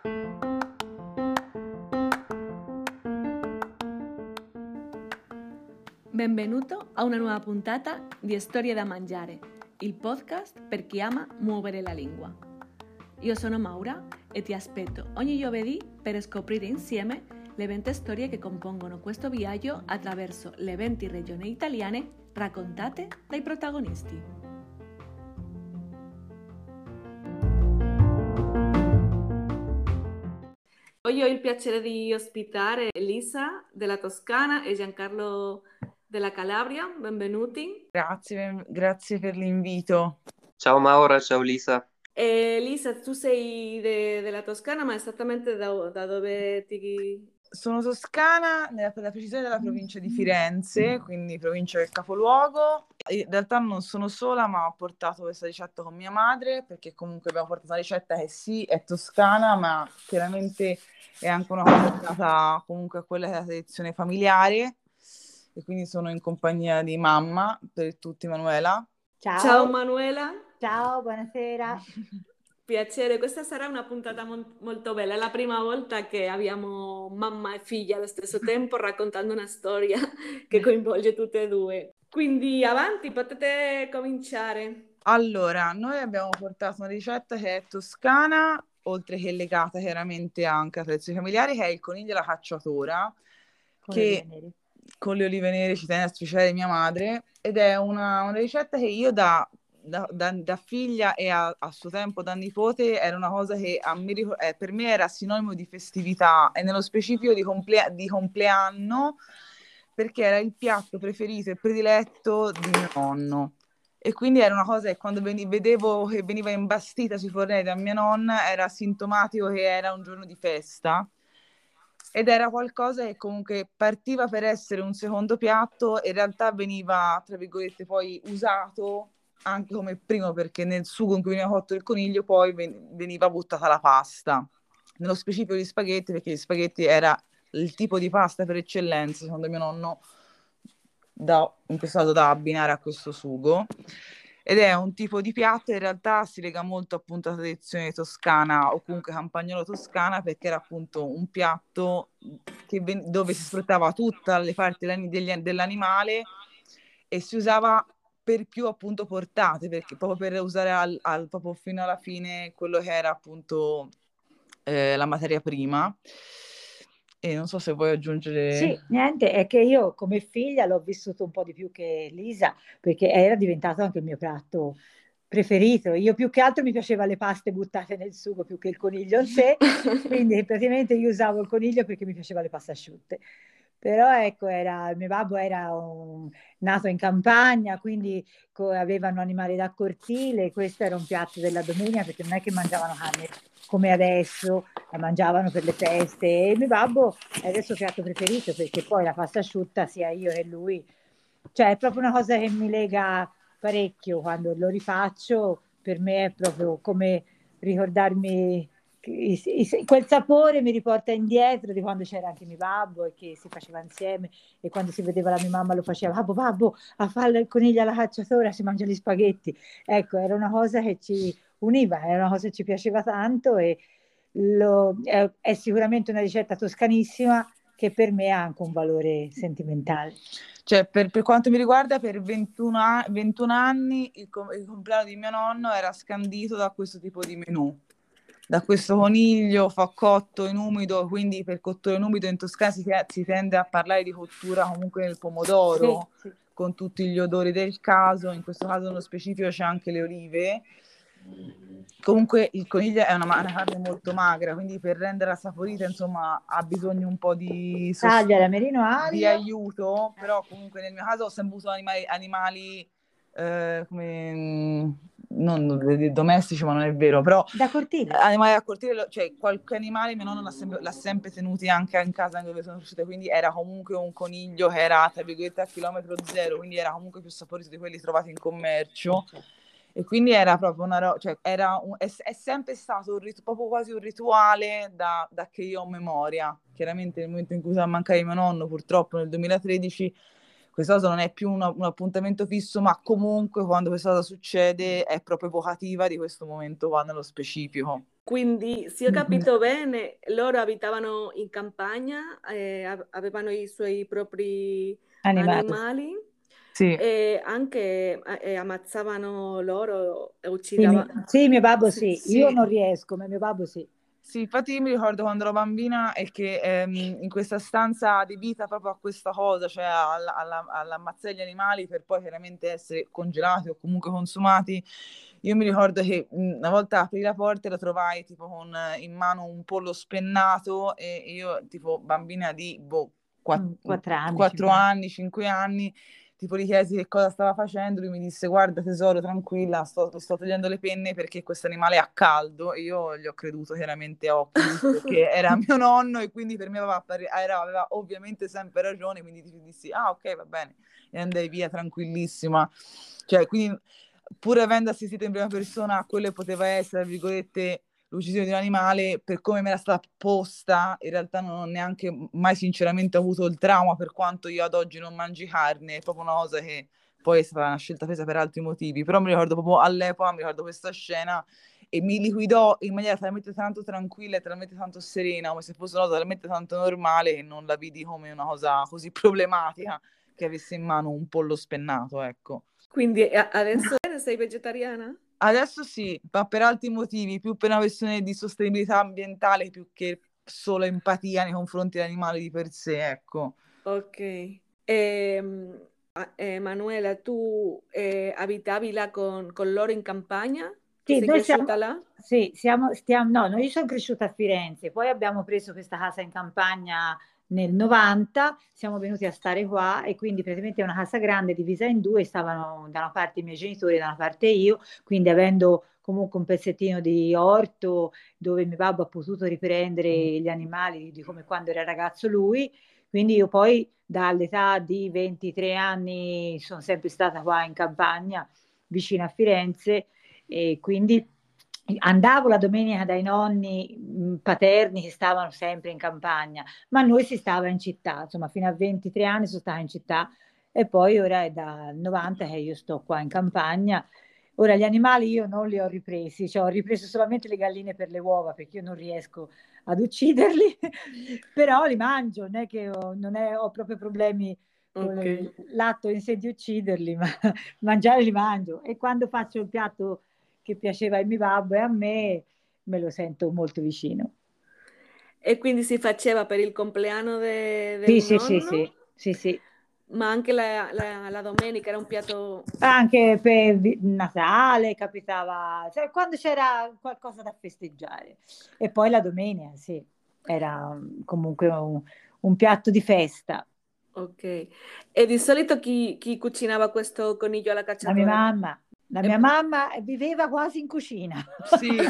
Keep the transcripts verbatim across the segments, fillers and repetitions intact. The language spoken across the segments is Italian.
Benvenuto a una nuova puntata di Storie da Mangiare, il podcast per chi ama muovere la lingua. Io sono Maura e ti aspetto ogni giovedì per scoprire insieme le venti storie che compongono questo viaggio attraverso le venti regioni italiane raccontate dai protagonisti. Oggi ho il piacere di ospitare Elisa della Toscana e Giancarlo della Calabria. Benvenuti. Grazie, grazie per l'invito. Ciao Maura, ciao Lisa. Eh, Elisa, tu sei de- della Toscana, ma esattamente da, da dove ti... Sono toscana, nella, per la precisione della provincia di Firenze, quindi provincia del capoluogo. In realtà non sono sola, ma ho portato questa ricetta con mia madre, perché comunque abbiamo portato una ricetta che sì, è toscana, ma chiaramente è anche una cosa legata comunque a quella che è la tradizione familiare. E quindi sono in compagnia di mamma, per tutti, Manuela. Ciao. Ciao Manuela. Ciao, buonasera. Piacere, questa sarà una puntata mon- molto bella, è la prima volta che abbiamo mamma e figlia allo stesso tempo raccontando una storia che coinvolge tutte e due. Quindi avanti, potete cominciare. Allora, noi abbiamo portato una ricetta che è toscana, oltre che legata chiaramente anche alla tradizione familiare, che è il coniglio alla cacciatora, Con che le olive nere. con le olive nere ci tiene a speciale mia madre, ed è una, una ricetta che io da, da, da- da figlia e a, a suo tempo da nipote era una cosa che a me ricor- eh, per me era sinonimo di festività e nello specifico di, comple- di compleanno, perché era il piatto preferito e prediletto di mio nonno. E quindi era una cosa che quando veni- vedevo che veniva imbastita sui fornelli da mia nonna era sintomatico che era un giorno di festa. Ed era qualcosa che comunque partiva per essere un secondo piatto e in realtà veniva, tra virgolette, poi usato anche come primo, perché nel sugo in cui veniva cotto il coniglio poi ven- veniva buttata la pasta. Nello specifico gli spaghetti, perché gli spaghetti era il tipo di pasta per eccellenza, secondo mio nonno, da, in questo caso da abbinare a questo sugo. Ed è un tipo di piatto che in realtà si lega molto appunto alla tradizione toscana o comunque campagnolo-toscana, perché era appunto un piatto che ven- dove si sfruttava tutte le parti dell'ani- degli- dell'animale e si usava per più appunto portate, perché proprio per usare al, al- proprio fino alla fine quello che era appunto eh, la materia prima. E non so se vuoi aggiungere... Sì, niente, è che io come figlia l'ho vissuto un po' di più che Lisa, perché era diventato anche il mio piatto preferito. Io più che altro mi piaceva le paste buttate nel sugo più che il coniglio in sé, quindi praticamente io usavo il coniglio perché mi piaceva le paste asciutte. Però ecco, era, mio babbo era un- nato in campagna, quindi co- avevano animali da cortile, questo era un piatto della domenica perché non è che mangiavano carne come adesso, la mangiavano per le feste e mio babbo è il suo piatto preferito perché poi la pasta asciutta sia io che lui, cioè è proprio una cosa che mi lega parecchio quando lo rifaccio, per me è proprio come ricordarmi che i- i- quel sapore mi riporta indietro di quando c'era anche mio babbo e che si faceva insieme e quando si vedeva la mia mamma lo faceva, babbo, babbo, a fare il coniglio alla cacciatora si mangia gli spaghetti. Ecco, era una cosa che ci univa, era una cosa che ci piaceva tanto e lo- è, è sicuramente una ricetta toscanissima che per me ha anche un valore sentimentale. Cioè, per, per quanto mi riguarda, per ventuno, a- ventuno anni il, com- il compleanno di mio nonno era scandito da questo tipo di menù, da questo coniglio fa cotto in umido, quindi per cottura in umido in Toscana si, te- si tende a parlare di cottura comunque nel pomodoro, Sì, sì. con tutti gli odori del caso, in questo caso nello specifico c'è anche le olive. Comunque il coniglio è una, ma- una carne molto magra, quindi per renderla saporita, insomma, ha bisogno un po' di, sos- Taglia la merino di aglio. aiuto, però comunque nel mio caso ho sempre avuto animali, animali eh, come, mm, non domestici, ma non è vero, però Da cortile. animali a cortile, lo- cioè qualche animale mio nonno l'ha sempre, l'ha sempre tenuti anche in casa dove sono cresciute, quindi era comunque un coniglio che era tra virgolette a chilometro zero, quindi era comunque più saporito di quelli trovati in commercio. E quindi era proprio una roba, cioè era un, è, è sempre stato un rit- proprio quasi un rituale da, da che io ho memoria. Chiaramente nel momento in cui sono a mancare mio nonno, purtroppo nel duemilatredici, questa cosa non è più una- un appuntamento fisso, ma comunque quando questa cosa succede è proprio evocativa di questo momento qua nello specifico. Quindi, se ho Mhm. capito bene, loro abitavano in campagna, eh, av- avevano i suoi propri Animali. animali Sì. e anche eh, ammazzavano loro e Sì, mi- uccidevano. sì, mio babbo Sì. sì, io Sì. non riesco, ma mio babbo sì. Sì, infatti io mi ricordo quando ero bambina e che ehm, in questa stanza adibita proprio a questa cosa, cioè alla, alla, all'ammazzare gli animali per poi chiaramente essere congelati o comunque consumati, io mi ricordo che mh, una volta aprì la porta e la trovai tipo con eh, in mano un pollo spennato e io tipo bambina di boh, Mm, Quattro anni, quattro cinque anni. anni, cinque anni, tipo gli chiesi che cosa stava facendo, lui mi disse guarda tesoro tranquilla, sto, sto togliendo le penne perché questo animale ha caldo e io gli ho creduto chiaramente a occhi chiusi perché era mio nonno e quindi per me aveva, appare- era- aveva ovviamente sempre ragione, quindi ti dissi ah ok va bene e andai via tranquillissima, cioè quindi pur avendo assistito in prima persona a quello che poteva essere, tra virgolette, l'uccisione di un animale, per come me era stata posta, in realtà non ho neanche mai sinceramente avuto il trauma, per quanto io ad oggi non mangi carne, è proprio una cosa che poi è stata una scelta presa per altri motivi, però mi ricordo proprio all'epoca, mi ricordo questa scena e mi liquidò in maniera talmente tanto tranquilla e talmente tanto serena, come se fosse una cosa talmente tanto normale che non la vidi come una cosa così problematica che avesse in mano un pollo spennato, ecco. Quindi eh, adesso sei vegetariana? Adesso sì, ma per altri motivi, più per una questione di sostenibilità ambientale più che solo empatia nei confronti degli animali di per sé, ecco. Ok. Ehm, ah, eh, Manuela, tu eh, abitavi là con, con loro in campagna? Tu Sì, sei noi siamo, cresciuta là? sì, siamo, stiamo, no, no, io sono cresciuta a Firenze, poi abbiamo preso questa casa in campagna nel novanta, siamo venuti a stare qua e quindi praticamente è una casa grande divisa in due, stavano da una parte i miei genitori e da una parte io, quindi avendo comunque un pezzettino di orto dove mio babbo ha potuto riprendere gli animali di come quando era ragazzo lui, quindi io poi dall'età di ventitré anni sono sempre stata qua in campagna vicino a Firenze e quindi andavo la domenica dai nonni mh, paterni che stavano sempre in campagna, ma noi si stava in città, insomma, fino a ventitré anni sono stata in città e poi ora è dal novanta che io sto qua in campagna. Ora gli animali io non li ho ripresi, cioè ho ripreso solamente le galline per le uova perché io non riesco ad ucciderli, però li mangio, non è che ho, non è- ho proprio problemi con Ok. il- l'atto in sé di ucciderli, ma mangiare li mangio e quando faccio il piatto che piaceva a mio babbo e a me, me lo sento molto vicino. E quindi si faceva per il compleanno de- del Sì, sì, sì, nonno, sì, sì, sì. ma anche la, la- la domenica era un piatto... Anche per vi- Natale capitava, cioè quando c'era qualcosa da festeggiare. E poi la domenica, sì, era um, comunque un, un piatto di festa. Ok. E di solito chi, chi cucinava questo coniglio alla La mia cacciatora? mamma, la mia E- mamma viveva quasi in cucina. Sì,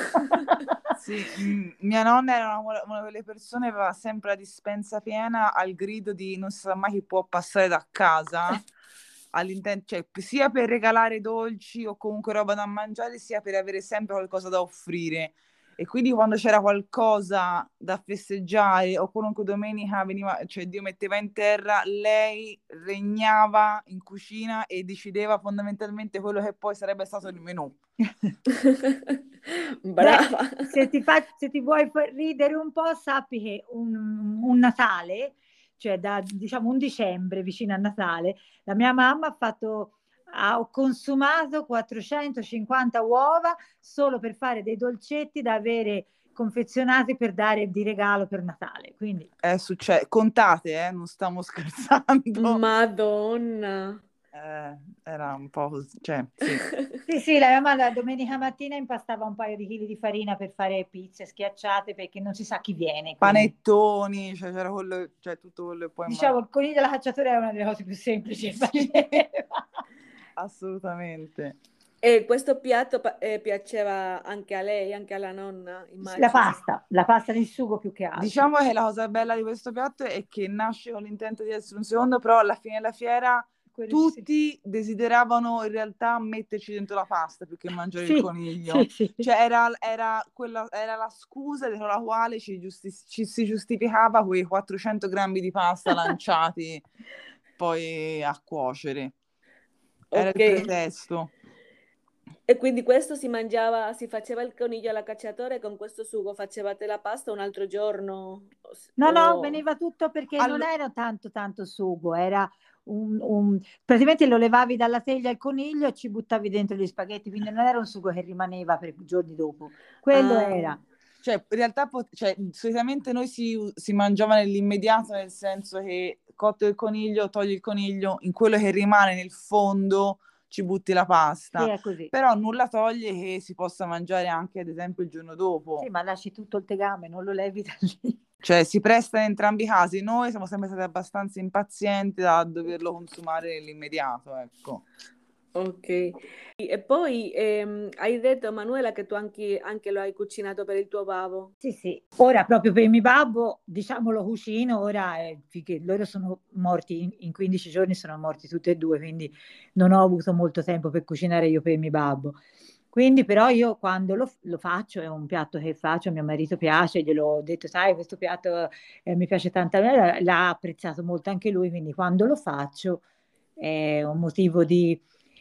sì, mm, mia nonna era una, una di quelle persone che aveva sempre la dispensa piena al grido di non si sa mai chi può passare da casa, all'inten- cioè, sia per regalare dolci o comunque roba da mangiare, sia per avere sempre qualcosa da offrire. E quindi quando c'era qualcosa da festeggiare o qualunque domenica veniva, cioè Dio metteva in terra, lei regnava in cucina e decideva fondamentalmente quello che poi sarebbe stato il menù. Beh, Brava. se ti, fa- se ti vuoi far ridere un po', sappi che un, un Natale, cioè da diciamo un dicembre vicino a Natale, la mia mamma ha fatto, ha consumato quattrocentocinquanta uova solo per fare dei dolcetti da avere confezionati per dare di regalo per Natale. Quindi È successo, contate, eh, non stiamo scherzando. Madonna. Eh, era un po' così, cioè, sì. sì, sì, la mia mamma la domenica mattina impastava un paio di chili di farina per fare pizze schiacciate perché non si sa chi viene. Quindi. Panettoni, cioè, c'era quello, cioè, tutto quello che poi Diciamo, immagino. il coniglio della cacciatora è una delle cose più semplici che faceva. Assolutamente. E questo piatto pa- eh, piaceva anche a lei, anche alla nonna, La immagino. pasta, la pasta di sugo più che altro. Diciamo che la cosa bella di questo piatto è che nasce con l'intento di essere un secondo, però alla fine della fiera Quello ci- tutti desideravano in realtà metterci dentro la pasta più che mangiare il Sì, coniglio. sì, sì. Cioè era, era, quella, era la scusa dietro la quale ci, giusti- ci si giustificava quei quattrocento grammi di pasta lanciati poi a cuocere. Era Ok. il pretesto. E quindi questo si mangiava, si faceva il coniglio alla cacciatore, con questo sugo facevate la pasta un altro giorno? O s- No, no, o- veniva tutto perché non Allo- era tanto tanto sugo, era un, un- praticamente lo levavi dalla teglia al coniglio e ci buttavi dentro gli spaghetti, quindi non era un sugo che rimaneva per i giorni dopo. Quello Ah, era. Cioè, in realtà, pot- cioè, solitamente noi si, si mangiava nell'immediato, nel senso che cotto il coniglio, togli il coniglio, in quello che rimane nel fondo ci butti la Sì, pasta. è così. Però nulla toglie che si possa mangiare anche, ad esempio, il giorno dopo. Sì, ma lasci tutto il tegame, non lo levi da lì. Cioè, si presta in entrambi i casi. Noi siamo sempre stati abbastanza impazienti da doverlo consumare nell'immediato, ecco. ok. E poi ehm, hai detto, Manuela, che tu anche, anche lo hai cucinato per il tuo babbo. Sì, sì. Ora proprio per mio babbo, diciamo lo cucino, ora eh, finché loro sono morti in, in quindici giorni, sono morti tutti e due, quindi non ho avuto molto tempo per cucinare io per mio babbo. Quindi però io quando lo, lo faccio, è un piatto che faccio, a mio marito piace, glielo ho detto, sai, questo piatto eh, mi piace tanto, l'ha l'ha apprezzato molto anche lui, quindi quando lo faccio è un motivo di,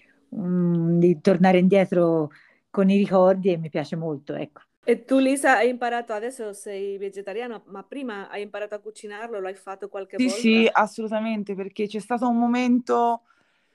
mm, di tornare indietro con i ricordi e mi piace molto, ecco. E tu, Lisa, hai imparato, adesso sei vegetariana, ma prima hai imparato a cucinarlo, lo hai fatto qualche Sì, sì, volta? assolutamente, perché c'è stato un momento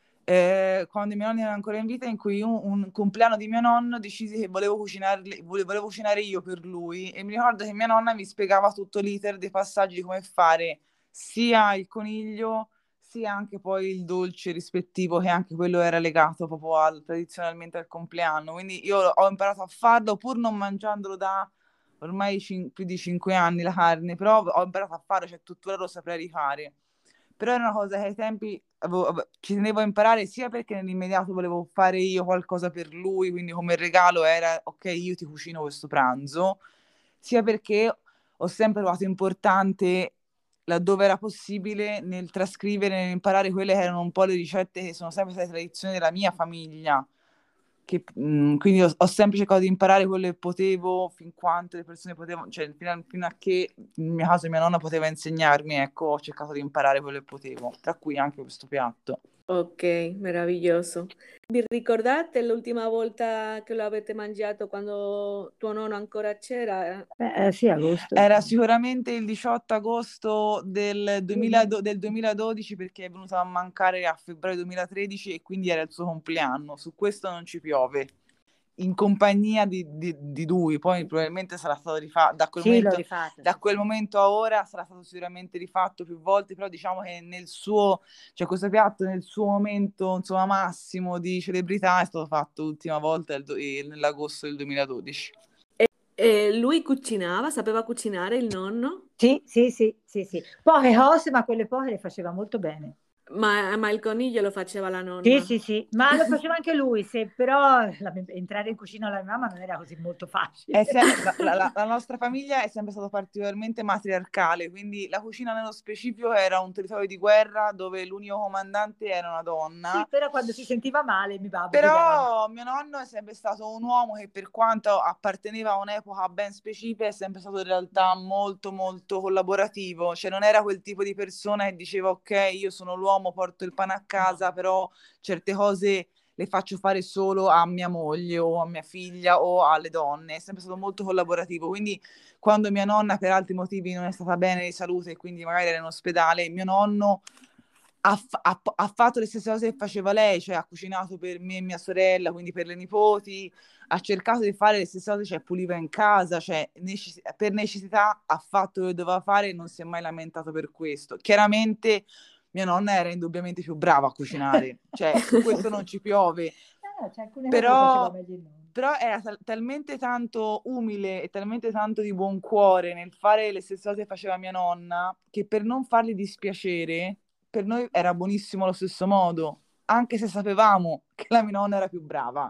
eh, quando i miei nonni erano ancora in vita in cui un, un compleanno di mio nonno decisi che volevo cucinarli, vole- volevo cucinare io per lui e mi ricordo che mia nonna mi spiegava tutto l'iter dei passaggi di come fare sia il coniglio sia anche poi il dolce rispettivo, che anche quello era legato proprio al, tradizionalmente al compleanno. Quindi io ho imparato a farlo pur non mangiandolo da ormai cin- più di cinque anni la carne, però ho imparato a farlo, cioè tuttora lo saprei rifare. Però era una cosa che ai tempi avevo- ave- ci tenevo a imparare sia perché nell'immediato volevo fare io qualcosa per lui, quindi come regalo era ok, io ti cucino questo pranzo, sia perché ho sempre trovato importante, laddove era possibile, nel trascrivere, nell'imparare quelle che erano un po' le ricette che sono sempre state tradizioni della mia famiglia. Che, mh, quindi ho, ho sempre cercato di imparare quello che potevo, fin quanto le persone potevano, cioè fino a, fino a che, nel mio caso, mia nonna poteva insegnarmi, ecco, ho cercato di imparare quello che potevo, tra cui anche questo piatto. Ok, meraviglioso. Vi ricordate l'ultima volta che lo avete mangiato quando tuo nonno ancora c'era? Beh, eh, sì, agosto. Era sicuramente il diciotto agosto del, duemila del duemiladodici, perché è venuto a mancare a febbraio duemilatredici e quindi era il suo compleanno. Su questo non ci piove. In compagnia di, di, di lui, poi probabilmente sarà stato rifatto da quel Sì, l'ho momento, rifatto. da Sì, quel sì. momento a ora sarà stato sicuramente rifatto più volte, però diciamo che nel suo, cioè questo piatto nel suo momento insomma massimo di celebrità è stato fatto l'ultima volta il do- eh, nell'agosto del duemiladodici. E lui cucinava, sapeva cucinare il nonno? Sì, sì, sì, sì, sì. Poche cose, ma quelle poche le faceva molto bene. Ma, ma il coniglio lo faceva la Sì, nonna. sì, sì, ma lo faceva anche lui, se, però la- entrare in cucina alla mia mamma non era così molto facile. È se- la, la- la- la nostra famiglia è sempre stata particolarmente matriarcale, quindi la cucina nello specifico era un territorio di guerra dove l'unico comandante era una Sì, donna. però quando si sentiva male, mio babbo chiedeva. Però mio nonno è sempre stato un uomo che, per quanto apparteneva a un'epoca ben specifica, è sempre stato in realtà molto molto collaborativo, cioè non era quel tipo di persona che diceva ok, io sono l'uomo, porto il pane a casa, No. però certe cose le faccio fare solo a mia moglie o a mia figlia o alle donne. È sempre stato molto collaborativo, quindi quando mia nonna per altri motivi non è stata bene di salute e quindi magari era in ospedale, mio nonno ha, fa- ha- ha fatto le stesse cose che faceva lei, cioè ha cucinato per me e mia sorella, quindi per le nipoti, ha cercato di fare le stesse cose, cioè puliva in casa, cioè necess- per necessità ha fatto quello che doveva fare e non si è mai lamentato per questo. Chiaramente mia nonna era indubbiamente più brava a cucinare, cioè su questo non ci piove, Eh, cioè, alcune cose le faceva però, meglio di noi. però era tal- talmente tanto umile e talmente tanto di buon cuore nel fare le stesse cose che faceva mia nonna, che per non fargli dispiacere, per noi era buonissimo allo stesso modo, anche se sapevamo che la mia nonna era più brava.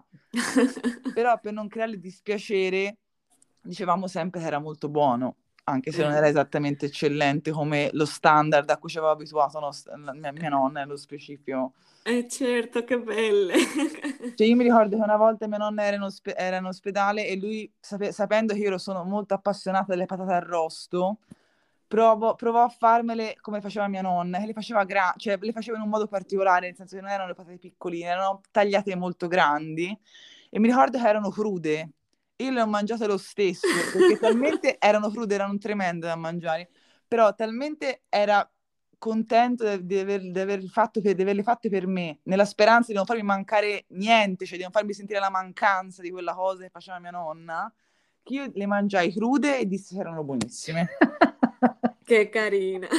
Però per non crearle dispiacere, dicevamo sempre che era molto buono, anche se non era esattamente eccellente come lo standard a cui ci aveva abituato nos- la mia, mia nonna nello specifico. Eh certo, che belle. Cioè, io mi ricordo che una volta mia nonna era in, ospe- era in ospedale e lui, sape- sapendo che io sono molto appassionata delle patate arrosto, provo- provò a farmele come faceva mia nonna, che le faceva, gra- cioè, le faceva in un modo particolare, nel senso che non erano le patate piccoline, erano tagliate molto grandi. e mi ricordo che erano crude. Io le ho mangiate lo stesso, perché talmente erano crude, erano tremende da mangiare, però talmente era contento di, di, aver, di, aver fatto per, di averle fatte per me, nella speranza di non farmi mancare niente, cioè di non farmi sentire la mancanza di quella cosa che faceva mia nonna, che io le mangiai crude e dissi che erano buonissime. Che carina.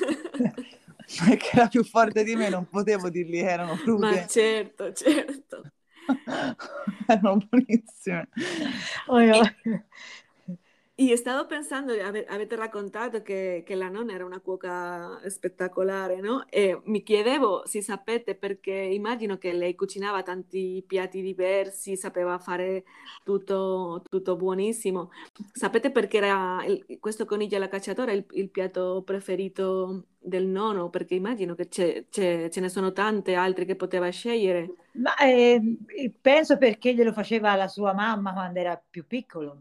Perché era più forte di me, non potevo dirgli che erano crude. Ma certo, certo. Erano buonissime. Oh, no. Y he estado pensando, ave- avete raccontato che, che la nonna era una cuoca spettacolare, no? E mi chiedevo se sapete, perché immagino che lei cucinava tanti piatti diversi, sapeva fare tutto, tutto buonissimo. Sapete perché era il- questo coniglio alla cacciatora il, il piatto preferito del nonno? Perché immagino che c'è- c'è- ce ne sono tante altre che poteva scegliere. Ma eh, penso perché glielo faceva la sua mamma quando era più piccolo.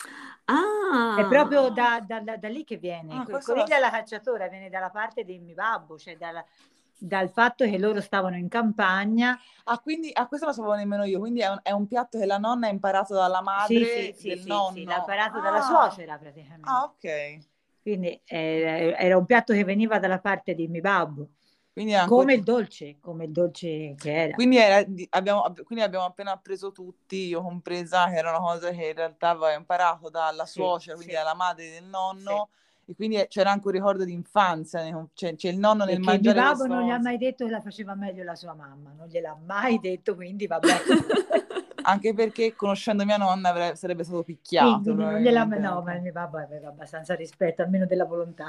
È proprio Ah, da, da- da- da lì che viene. Ah, Quel questo lo coniglio so. alla cacciatora viene dalla parte di mio babbo, cioè dalla- dal fatto che loro stavano in campagna. Ah, quindi a questo lo sapevo nemmeno io, quindi è un, è un piatto che la nonna ha imparato dalla Sì, madre sì, sì, del sì, nonno. sì, l'ha imparato dalla Ah, suocera praticamente. ah, ok. Quindi eh, era un piatto che veniva dalla parte di mio babbo, Quindi, era come ancora- il dolce, come il dolce che era. quindi, era di- abbiamo, quindi abbiamo appena appreso tutti, io compresa, che era una cosa che in realtà aveva imparato dalla Sì, suocera, quindi sì, dalla madre del nonno, e quindi c'era anche un ricordo di infanzia, nei- c'è, c'è il nonno nel perché mio mangiare babbo queste non gli ha cose. mai detto che la faceva meglio la sua mamma, non gliel'ha mai detto, quindi vabbè. Anche perché conoscendo mia nonna avrebbe- sarebbe stato Quindi picchiato non gliel'ha probabilmente. no, ma il mio babbo aveva abbastanza rispetto, almeno della volontà.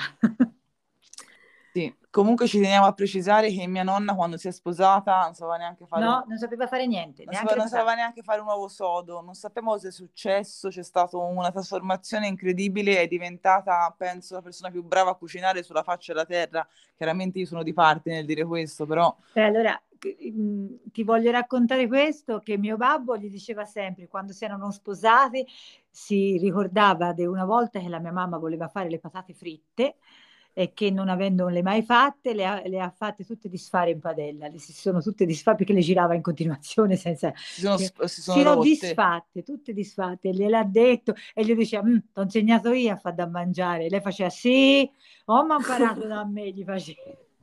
Sì, comunque ci teniamo a precisare che mia nonna quando si è sposata non sapeva neanche fare No, un... non sapeva fare niente, non neanche sapeva, le non sapeva patate. neanche fare un uovo sodo, non sappiamo cosa è successo, c'è stata una trasformazione incredibile, è diventata, penso, la persona più brava a cucinare sulla faccia della terra. Chiaramente io sono di parte nel dire questo, però Eh, allora, mh, ti voglio raccontare questo, che mio babbo gli diceva sempre, quando si erano sposati, si ricordava di una volta che la mia mamma voleva fare le patate fritte e che non avendole mai fatte, le ha, le ha fatte tutte disfare in padella, le si sono tutte disfatte perché le girava in continuazione senza... si sono, che- si sono Si sono rotte. disfatte, tutte disfatte, gliel'ha detto e gli diceva, "Mm, t'ho insegnato io a far da mangiare." Lei faceva, sì, oh, ma ha imparato da me, gli faceva.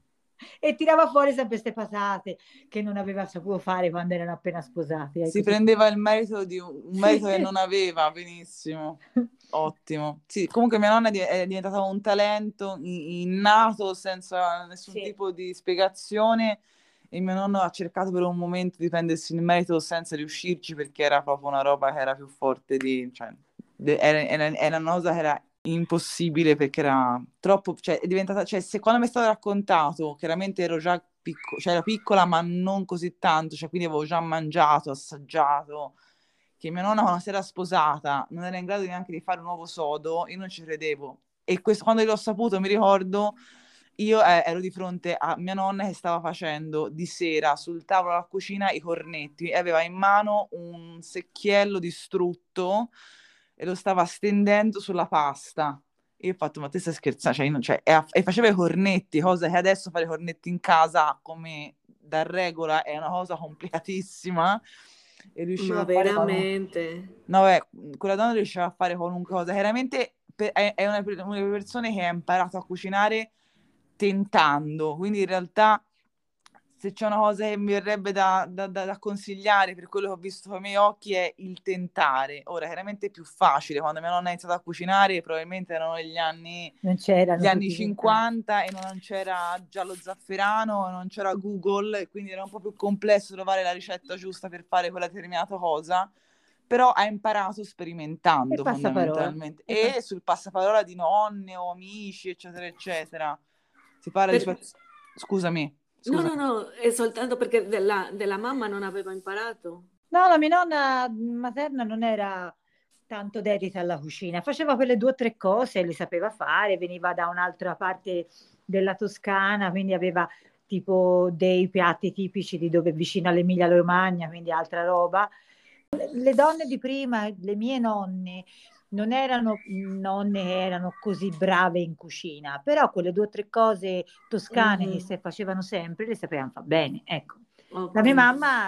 E tirava fuori sempre queste patate che non aveva saputo fare quando erano appena sposati. Si Ecco, prendeva il merito di un, un merito Sì. che non aveva, benissimo. Ottimo. Sì, comunque mia nonna è di- è diventata un talento i- innato senza nessun Sì. tipo di spiegazione e mio nonno ha cercato per un momento di prendersi il merito senza riuscirci perché era proprio una roba che era più forte di... Cioè, de- era, era- era una cosa che era impossibile perché era troppo... Cioè, è diventata... Cioè, se quando mi è stato raccontato, chiaramente ero già picco- cioè, ero piccola ma non così tanto, cioè, quindi avevo già mangiato, assaggiato che mia nonna quando si era sposata non era in grado neanche di fare un uovo sodo, io non ci credevo. E questo, quando l'ho saputo, mi ricordo, io eh, ero di fronte a mia nonna che stava facendo di sera sul tavolo della cucina i cornetti e aveva in mano un secchiello di strutto e lo stava stendendo sulla pasta. E io ho fatto, ma te stai scherzando? Cioè, io non- cioè, e, e faceva i cornetti, cosa che adesso fare i cornetti in casa come da regola è una cosa complicatissima e riusciva ma a fare qualunque... veramente. No, beh, quella donna riusciva a fare qualunque cosa. Chiaramente pe- è, è una, una delle persone che ha imparato a cucinare tentando, quindi in realtà se c'è una cosa che mi verrebbe da, da- da- da consigliare per quello che ho visto con i miei occhi è il tentare. Ora, chiaramente è più facile, quando mia nonna ha iniziato a cucinare probabilmente erano gli anni Non c'erano gli anni tutti i cinquanta e non c'era giallo zafferano, non c'era Google, e quindi era un po' più complesso trovare la ricetta giusta per fare quella determinata cosa, però ha imparato E sperimentando passaparola. fondamentalmente E e pass- sul passaparola di nonne o amici, eccetera, eccetera. Si parla di Per- situazioni... Scusami, No, no, scusami. no, è soltanto perché della, della mamma non aveva imparato. No, la mia nonna materna non era tanto dedita alla cucina, faceva quelle due o tre cose, le sapeva fare, veniva da un'altra parte della Toscana, quindi aveva tipo dei piatti tipici di dove vicino all'Emilia Romagna, quindi altra roba. Le donne di prima, le mie nonne, non erano nonne che erano così brave in cucina, però quelle due o tre cose toscane che Mhm, si facevano sempre le sapevano fare bene, ecco. La ok. mia mamma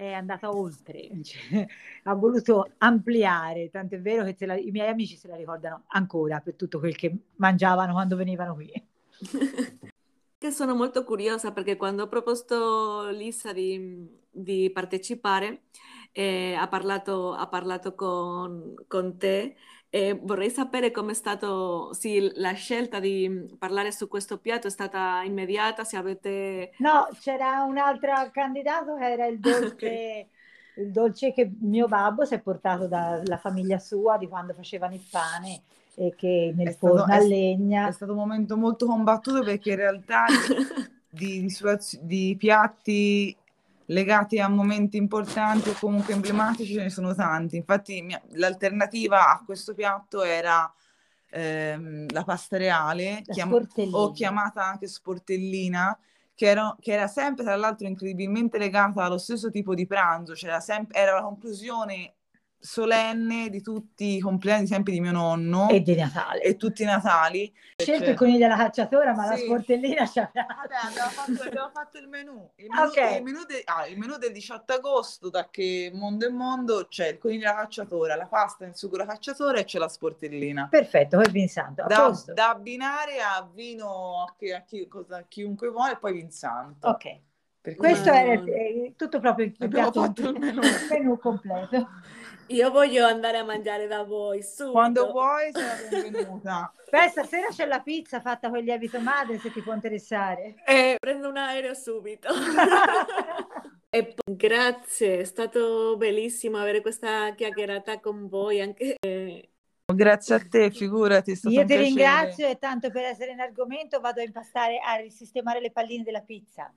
è andata oltre, cioè, ha voluto ampliare, tanto è vero che se la, i miei amici se la ricordano ancora per tutto quel che mangiavano quando venivano qui. Che sono molto curiosa perché quando ho proposto Lisa di, di partecipare, eh, ha parlato, ha parlato con, con te e vorrei sapere com'è stato, sì, la scelta di parlare su questo piatto è stata immediata, se avete... No, c'era un altro candidato che era il dolce, Ok. il dolce che mio babbo si è portato dalla famiglia sua di quando facevano il pane e che È nel stato, forno è, a è legna. stato un momento molto combattuto perché in realtà di, di, di situazio- di piatti legati a momenti importanti o comunque emblematici ce ne sono tanti. Infatti mia- l'alternativa a questo piatto era ehm, la pasta reale, La chiam- o sportellina. chiamata anche sportellina, che era, che era sempre tra l'altro incredibilmente legata allo stesso tipo di pranzo, c'era sempre, era la conclusione solenne di tutti i compleanni sempre di mio nonno E di Natale. e tutti i Natali. Ho scelto Cioè, il coniglio alla cacciatora, ma la sì. sportellina c'è. Beh, abbiamo fatto, abbiamo fatto il menù. Il menù, Ok. il menù, de- ah, il menù del diciotto agosto, da che mondo è mondo, c'è il coniglio alla cacciatora, la pasta in sugo alla cacciatora e c'è la sportellina. Perfetto, poi Vinsanto, a Da, posto. da abbinare a vino a, chi- a chi- cosa- a chiunque vuole e poi Vinsanto. Ok, Perché questo era il- Madonna. eh, tutto proprio il abbiamo piatto, fatto il menù. il menù completo. Io voglio andare a mangiare da voi Quando subito. vuoi sei la benvenuta. Beh, stasera c'è la pizza fatta con il lievito madre, se ti può interessare. Eh, prendo un aereo subito. E poi, grazie, è stato bellissimo avere questa chiacchierata con voi, anche eh, Grazie a te, figurati, è stato Io un ti piacere. ringrazio e tanto per essere in argomento vado a impastare, a risistemare le palline della pizza.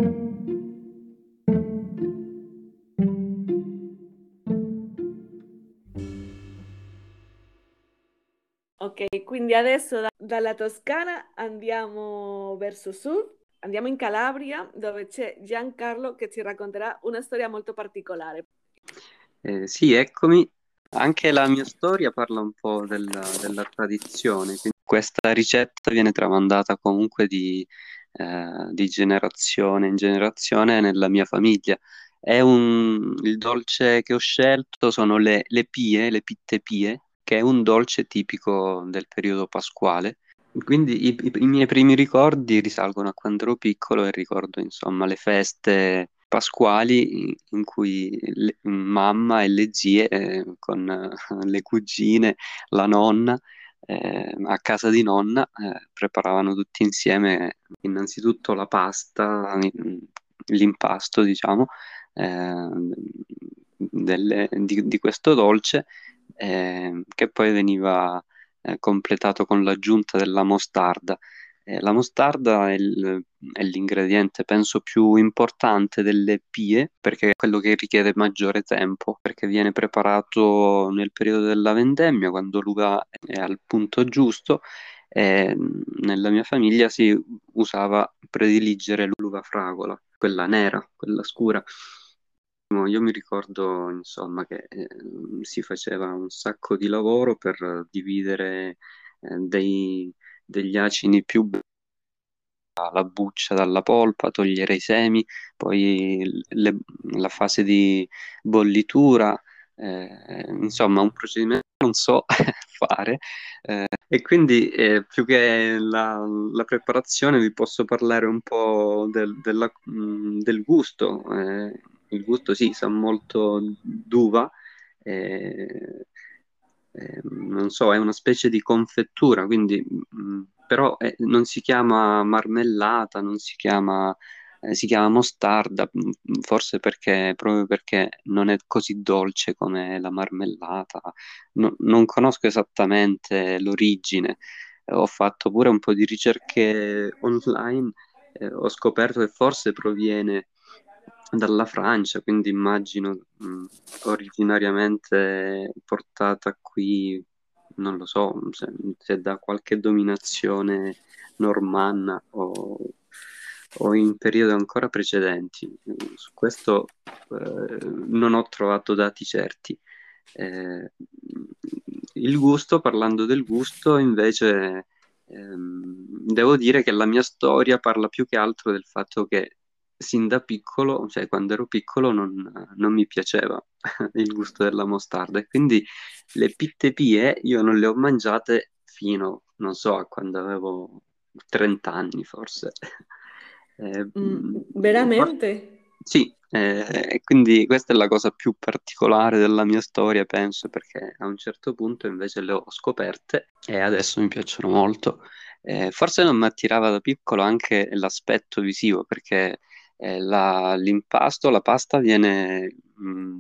ok, quindi adesso da- dalla Toscana andiamo verso sud, andiamo in Calabria dove c'è Giancarlo che ci racconterà una storia molto particolare. Eh, sì, eccomi. Anche la mia storia parla un po' della, della tradizione. Quindi questa ricetta viene tramandata comunque di, eh, di generazione in generazione nella mia famiglia. È un, il dolce che ho scelto sono le, le pie, le pitte pie, che è un dolce tipico del periodo pasquale. Quindi i, i- i miei primi ricordi risalgono a quando ero piccolo e ricordo insomma le feste pasquali in in cui le- mamma e le zie eh, con eh, le cugine, la nonna eh, a casa di nonna eh, preparavano tutti insieme innanzitutto la pasta, mm, l'impasto diciamo eh, delle- di, di questo dolce eh, che poi veniva eh, completato con l'aggiunta della mostarda. Eh, la mostarda è il- è l'ingrediente, penso, più importante delle pie, perché è quello che richiede maggiore tempo, perché viene preparato nel periodo della vendemmia, quando l'uva è al punto giusto. E nella mia famiglia si usava prediligere l'uva fragola, quella nera, quella scura. Io mi ricordo, insomma, che eh, si faceva un sacco di lavoro per dividere eh, dei- degli acini più la buccia dalla polpa, togliere i semi, poi le- la fase di bollitura, eh, insomma un procedimento che non so fare eh, e quindi eh, più che la, la preparazione vi posso parlare un po' del, della- mh, del gusto. Eh, il gusto sì, sa molto d'uva. eh, eh, Non so, è una specie di confettura, quindi mh, però eh, non si chiama marmellata, non si chiama, eh, si chiama mostarda, mh, forse perché, proprio perché non è così dolce come la marmellata. No- non conosco esattamente l'origine. Eh, ho fatto pure un po' di ricerche online, eh, ho scoperto che forse proviene dalla Francia, quindi immagino mh, originariamente portata qui, non lo so, se, se da qualche dominazione normanna o, o in periodi ancora precedenti. Su questo eh, non ho trovato dati certi. Eh, il gusto, parlando del gusto, invece, ehm, devo dire che la mia storia parla più che altro del fatto che sin da piccolo, cioè quando ero piccolo, non, non mi piaceva il gusto della mostarda e quindi le pitte pie io non le ho mangiate fino, non so, a quando avevo trenta anni forse. Eh, Mm, for- veramente? sì, eh, e quindi questa è la cosa più particolare della mia storia, penso, perché a un certo punto invece le ho scoperte e adesso mi piacciono molto. Eh, forse non mi attirava da piccolo anche l'aspetto visivo, perché eh, la- l'impasto, la pasta viene, mh,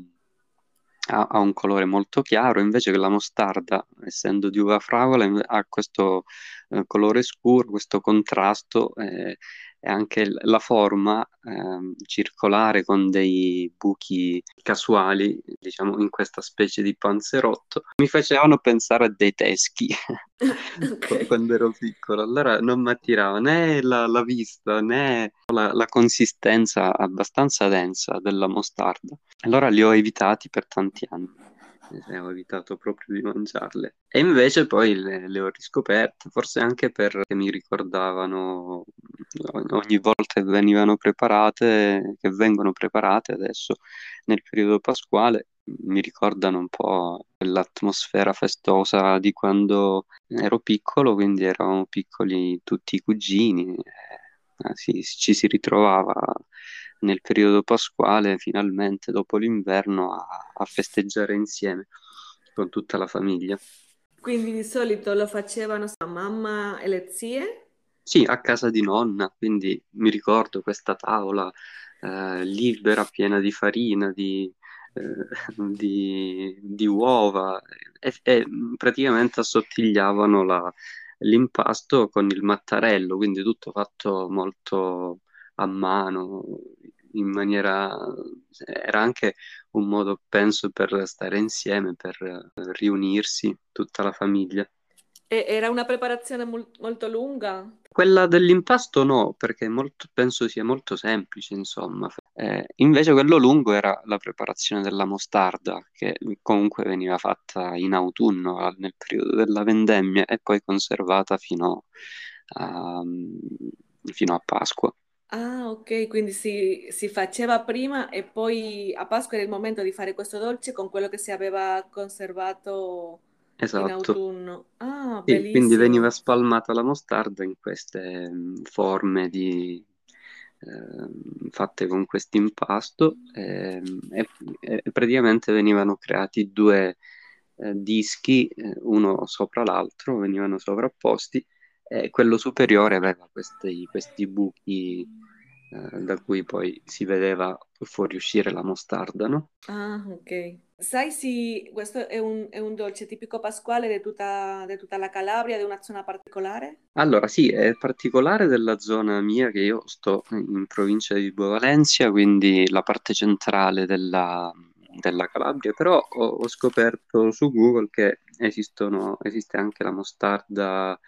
ha, ha un colore molto chiaro, invece che la mostarda, essendo di uva fragola, inve- ha questo eh, colore scuro, questo contrasto eh, e anche l- la forma ehm, circolare con dei buchi casuali, diciamo, in questa specie di panzerotto, mi facevano pensare a dei teschi. Ok. Qu- Quando ero piccolo, allora non mi attirava né la, la vista né la, la consistenza abbastanza densa della mostarda. Allora li ho evitati per tanti anni. Eh, Ho evitato proprio di mangiarle. E invece poi le, le ho riscoperte, forse anche perché mi ricordavano ogni volta che venivano preparate, che vengono preparate adesso nel periodo pasquale, mi ricordano un po' l'atmosfera festosa di quando ero piccolo, quindi eravamo piccoli tutti i cugini, eh, si- ci si ritrovava nel periodo pasquale, finalmente dopo l'inverno, a, a festeggiare insieme con tutta la famiglia. Quindi di solito lo facevano la mamma e le zie? Sì, a casa di nonna, quindi mi ricordo questa tavola eh, libera, piena di farina, di, eh, di- di uova e, e praticamente assottigliavano la- l'impasto con il mattarello, quindi tutto fatto molto a mano, in maniera... Era anche un modo, penso, per stare insieme, per eh, riunirsi, tutta la famiglia. E era una preparazione mol- molto lunga? Quella dell'impasto no, perché molto- penso sia molto semplice, insomma. Eh, invece quello lungo era la preparazione della mostarda, che comunque veniva fatta in autunno, al- nel periodo della vendemmia, e poi conservata fino a, fino a Pasqua. Ah, ok, quindi si, si faceva prima e poi a Pasqua era il momento di fare questo dolce con quello che si aveva conservato in Esatto. autunno. Ah, Sì, quindi veniva bellissimo. spalmata la mostarda in queste mh, forme di, ehm, fatte con questo impasto ehm, e, e praticamente venivano creati due eh, dischi, eh, uno sopra l'altro, venivano sovrapposti e quello superiore aveva questi, questi buchi eh, da cui poi si vedeva fuoriuscire la mostarda, no? Ah, ok. Sai se questo è un, è un dolce tipico pasquale di tutta, di tutta la Calabria, di una zona particolare? Allora, sì, è particolare della zona mia che io sto in provincia di Vibo Valentia, quindi la parte centrale della, della Calabria, però ho, ho scoperto su Google che esistono, esiste anche la mostarda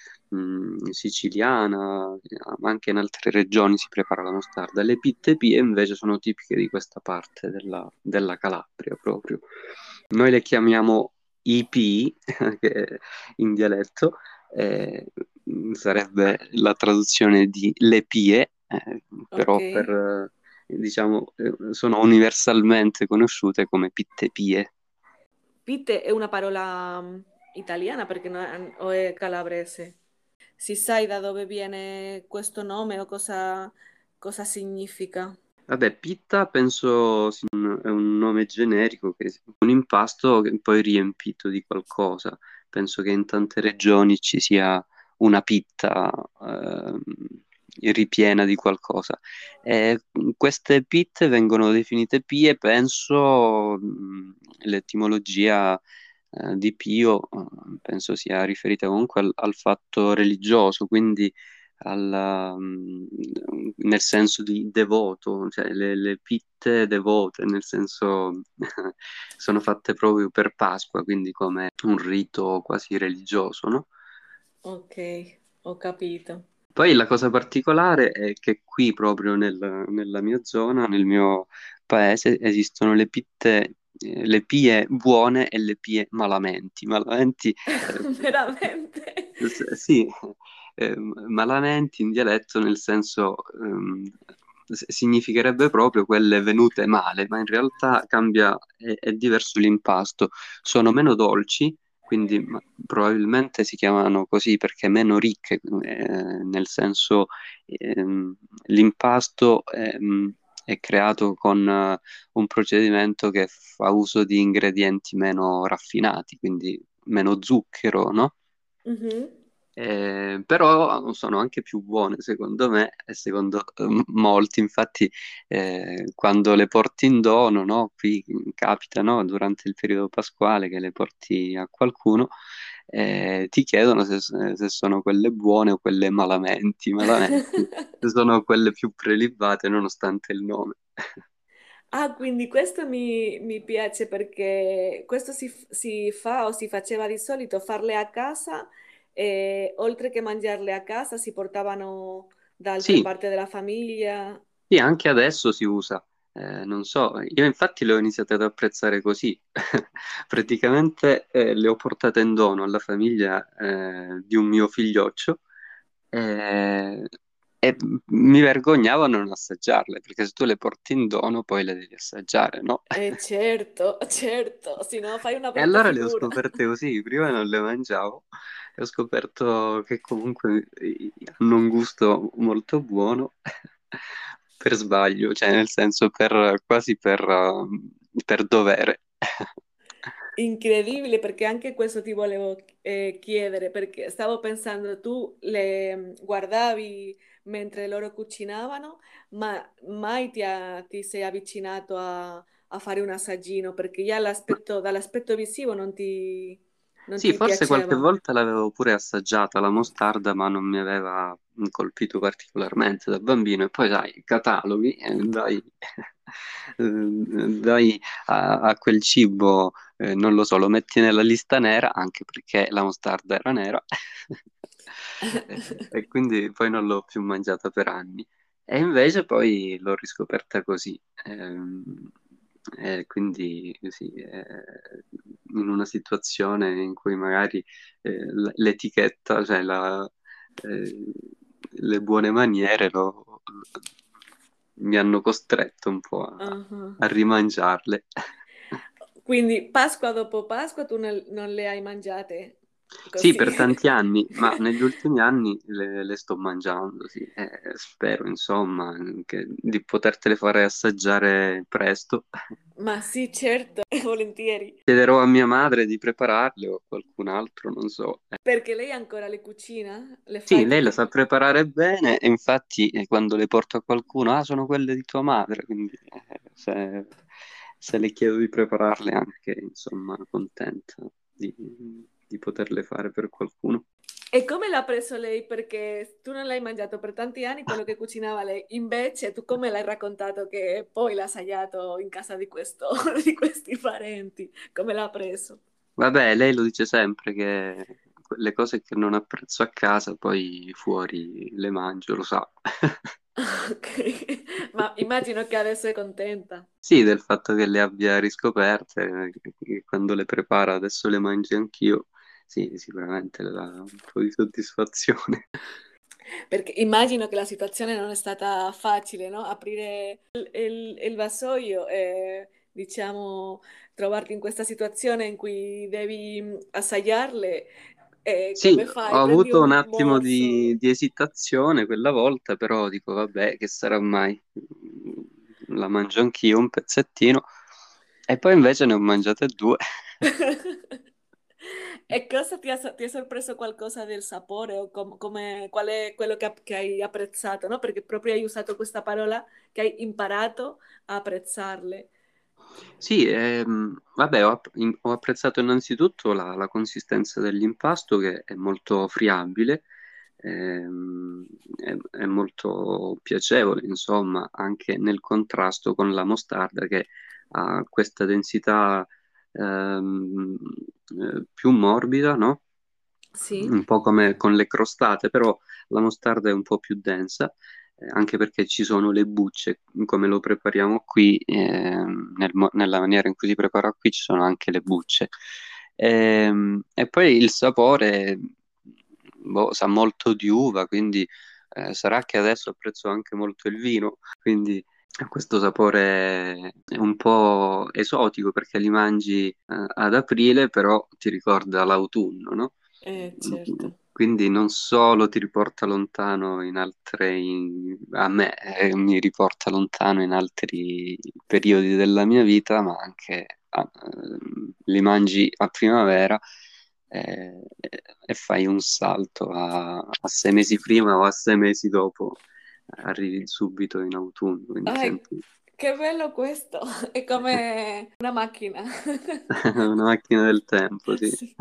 mh, siciliana, ma anche in altre regioni si prepara la mostarda. Le pitte pie invece sono tipiche di questa parte della, della Calabria proprio. Noi le chiamiamo I P, che in dialetto eh, sarebbe la traduzione di le pie, eh, Ok. però per, eh, diciamo, eh, sono universalmente conosciute come pitte pie. Pitte è una parola mm, italiana perché no- o è calabrese. Si sai da dove viene questo nome o cosa, cosa significa? Vabbè, pitta penso sia un- è un nome generico, che è un impasto che poi riempito di qualcosa. Penso che in tante regioni ci sia una pitta ehm, ripiena di qualcosa. E queste pitte vengono definite pie, penso, mh, l'etimologia eh, di pio, eh, penso sia riferita comunque al, al fatto religioso, quindi alla- mm, nel senso di devoto, cioè le, le pitte devote, nel senso sono fatte proprio per Pasqua, quindi come un rito quasi religioso, no? Ok, ho capito. Poi la cosa particolare è che qui proprio nel- nella mia zona, nel mio paese, esistono le pitte, eh, le pie buone e le pie malamenti. Malamenti, eh, Veramente? s- sì, eh, malamenti in dialetto nel senso ehm, s- significherebbe proprio quelle venute male, ma in realtà cambia, è, è diverso l'impasto. Sono meno dolci, quindi ma- probabilmente si chiamano così perché meno ricche, eh, nel senso ehm, l'impasto ehm, è creato con eh, un procedimento che fa uso di ingredienti meno raffinati, quindi meno zucchero, no? Mhm. Eh, però sono anche più buone secondo me e secondo eh, molti, infatti eh, quando le porti in dono, no? Qui capita, no? Durante il periodo pasquale che le porti a qualcuno, eh, ti chiedono se, se sono quelle buone o quelle malamenti, malamenti, se sono quelle più prelibate nonostante il nome. Ah, quindi questo mi, mi piace perché questo si, si fa o si faceva di solito farle a casa e oltre che mangiarle a casa si portavano da altre Sì, parti della famiglia. sì, anche adesso si usa. Eh, non so, io infatti le ho iniziate ad apprezzare così. Praticamente eh, le ho portate in dono alla famiglia eh, di un mio figlioccio eh, e mi vergognavo a non assaggiarle, perché se tu le porti in dono poi le devi assaggiare, no? Eh certo, certo, se no fai una E brutta allora le ho figura. scoperte così, prima non le mangiavo e ho scoperto che comunque eh, hanno un gusto molto buono per sbaglio, cioè nel senso per, quasi per, eh, per dovere. Incredibile, perché anche questo ti volevo eh, chiedere, perché stavo pensando, tu le mm, guardavi mentre loro cucinavano, ma mai ti, ha- ti sei avvicinato a, a fare un assaggino, perché già l'aspetto, dall'aspetto visivo non ti, non Sì, ti forse qualche piaceva. volta l'avevo pure assaggiata la mostarda, ma non mi aveva colpito particolarmente da bambino. E poi, sai, cataloghi, eh, dai, eh, dai a, a quel cibo, eh, non lo so, lo metti nella lista nera, anche perché la mostarda era nera, e, e quindi poi non l'ho più mangiata per anni. E invece poi l'ho riscoperta così. Ehm, e quindi sì, eh, in una situazione in cui magari eh, l- l'etichetta, cioè la- eh, le buone maniere lo- mi hanno costretto un po' a, Ah. a rimangiarle. Quindi Pasqua dopo Pasqua tu non, non le hai mangiate Sì, così. per tanti anni, ma negli ultimi anni le, le sto mangiando, sì. E spero, insomma, che- di potertele fare assaggiare presto. Ma sì, certo, volentieri, Chiederò a mia madre di prepararle o a qualcun altro, non so. Eh, perché lei ancora le cucina, le Sì, fai lei la tutte. sa preparare bene e infatti eh, quando le porto a qualcuno, ah, sono quelle di tua madre, quindi eh, se, se le chiedo di prepararle anche, insomma, contenta di, di poterle fare per qualcuno. E come l'ha preso lei? Perché tu non l'hai mangiato per tanti anni quello che cucinava lei. Invece, tu come l'hai raccontato che poi l'ha assaggiato in casa di questo, di questi parenti? Come l'ha preso? Vabbè, lei lo dice sempre che le cose che non apprezzo a casa poi fuori le mangio, lo sa. Ok, ma immagino che adesso è contenta. Sì, del fatto che le abbia riscoperte, eh, che quando le prepara adesso le mangi anch'io, sì, sicuramente le dà un po' di soddisfazione. Perché immagino che la situazione non è stata facile, no? Aprire il, il- il vassoio e, diciamo, trovarti in questa situazione in cui devi mm, assaggiarle. E Sì, come ho fai? Prendi avuto un un attimo di, morso. di esitazione quella volta, però dico, vabbè, che sarà mai? La mangio anch'io un pezzettino e poi invece ne ho mangiate due. E cosa ti ha, ti ha sorpreso qualcosa del sapore o com- come, qual è quello che, che hai apprezzato, no? Perché proprio hai usato questa parola che hai imparato a apprezzarle. Sì, ehm, vabbè, ho, app- in- ho apprezzato innanzitutto la, la consistenza dell'impasto che è molto friabile, ehm, è, è molto piacevole, insomma, anche nel contrasto con la mostarda che ha questa densità ehm, eh, più morbida, no? Sì? Un po' come con le crostate, però la mostarda è un po' più densa, eh, anche perché ci sono le bucce, come lo prepariamo qui, ehm, nel mo- nella maniera in cui si prepara qui ci sono anche le bucce. Ehm, E, poi il sapore, boh, sa molto di uva, quindi Eh, sarà che adesso apprezzo anche molto il vino, quindi ha questo sapore un po' esotico perché li mangi eh, ad aprile, però ti ricorda l'autunno, no? Eh, certo. Quindi non solo ti riporta lontano in altre, in- a me eh, mi riporta lontano in altri periodi della mia vita, ma anche ah, ehm, li mangi a primavera eh, e fai un salto a, a sei mesi prima o a sei mesi dopo, arrivi subito in autunno, quindi Ai, senti che bello questo! È come una macchina. una macchina del tempo, sì. Sì.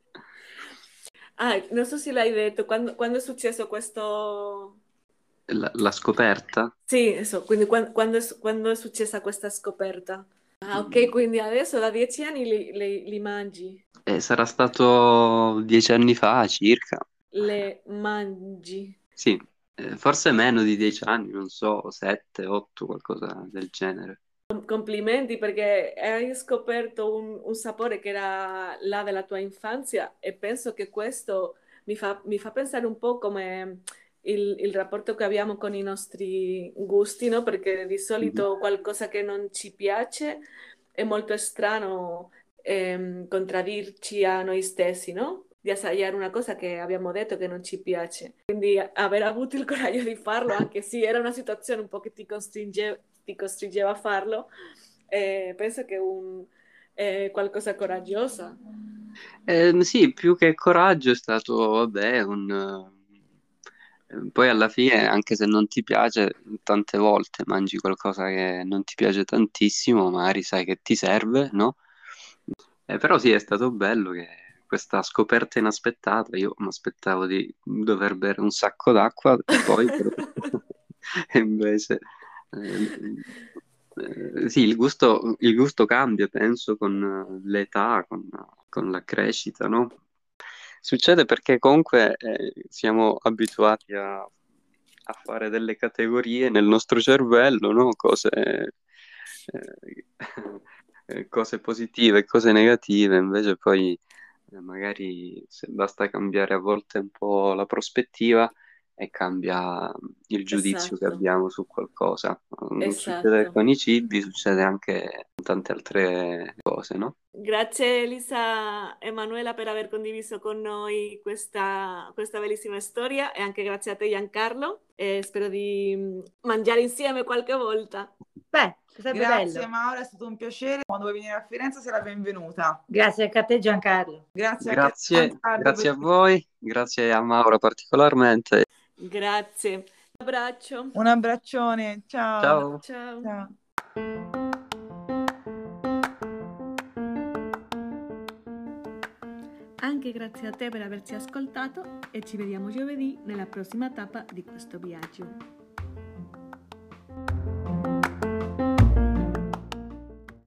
Ah, non so se l'hai detto, quando, quando è successo questo... La, la scoperta? Sì, eso, quindi quan- quando, è, quando è successa questa scoperta? Ah, ok, quindi adesso da dieci anni li, li- li mangi, Eh, sarà stato dieci anni fa circa. le mangi. Sì, eh, forse meno di dieci anni, non so, sette, otto, qualcosa del genere. Complimenti perché hai scoperto un, un sapore che era là della tua infanzia e penso che questo mi fa, mi fa pensare un po' come il, il rapporto che abbiamo con i nostri gusti, no? Perché di Mhm. solito qualcosa che non ci piace è molto strano ehm, contraddirci a noi stessi, no? Di assaggiare una cosa che abbiamo detto che non ci piace. Quindi aver avuto il coraggio di farlo, anche se era una situazione un po' che ti costringe- ti costringeva a farlo, eh, penso che è un, è qualcosa coraggiosa. Ehm, sì, più che coraggio è stato, vabbè, un... eh, poi alla fine, anche se non ti piace, tante volte mangi qualcosa che non ti piace tantissimo, magari sai che ti serve, no? Eh, però sì, è stato bello che questa scoperta inaspettata, io mi aspettavo di dover bere un sacco d'acqua e poi però- e invece eh, eh, sì, il gusto, il gusto cambia, penso, con l'età, con, con la crescita, no? Succede perché comunque eh, siamo abituati a, a fare delle categorie nel nostro cervello, no? Cose, eh, eh, cose positive e cose negative, invece poi eh, magari se basta cambiare a volte un po' la prospettiva e cambia il giudizio che Esatto, abbiamo su qualcosa. Mm, succede esatto. con i cibi, succede anche con tante altre cose, no? Grazie Elisa Emanuela per aver condiviso con noi questa, questa bellissima storia e anche grazie a te Giancarlo e spero di mm, mangiare insieme qualche volta. Beh, sarebbe Grazie bello. Maura, è stato un piacere. Quando vuoi venire a Firenze sei la benvenuta. Grazie anche a te Giancarlo. Grazie anche a te, Grazie, Giancarlo, grazie per... a voi, grazie a Maura particolarmente. Grazie. Un abbraccio. Un abbraccione. Ciao. Ciao. Ciao. Ciao. Anche grazie a te per averci ascoltato e ci vediamo giovedì nella prossima tappa di questo viaggio.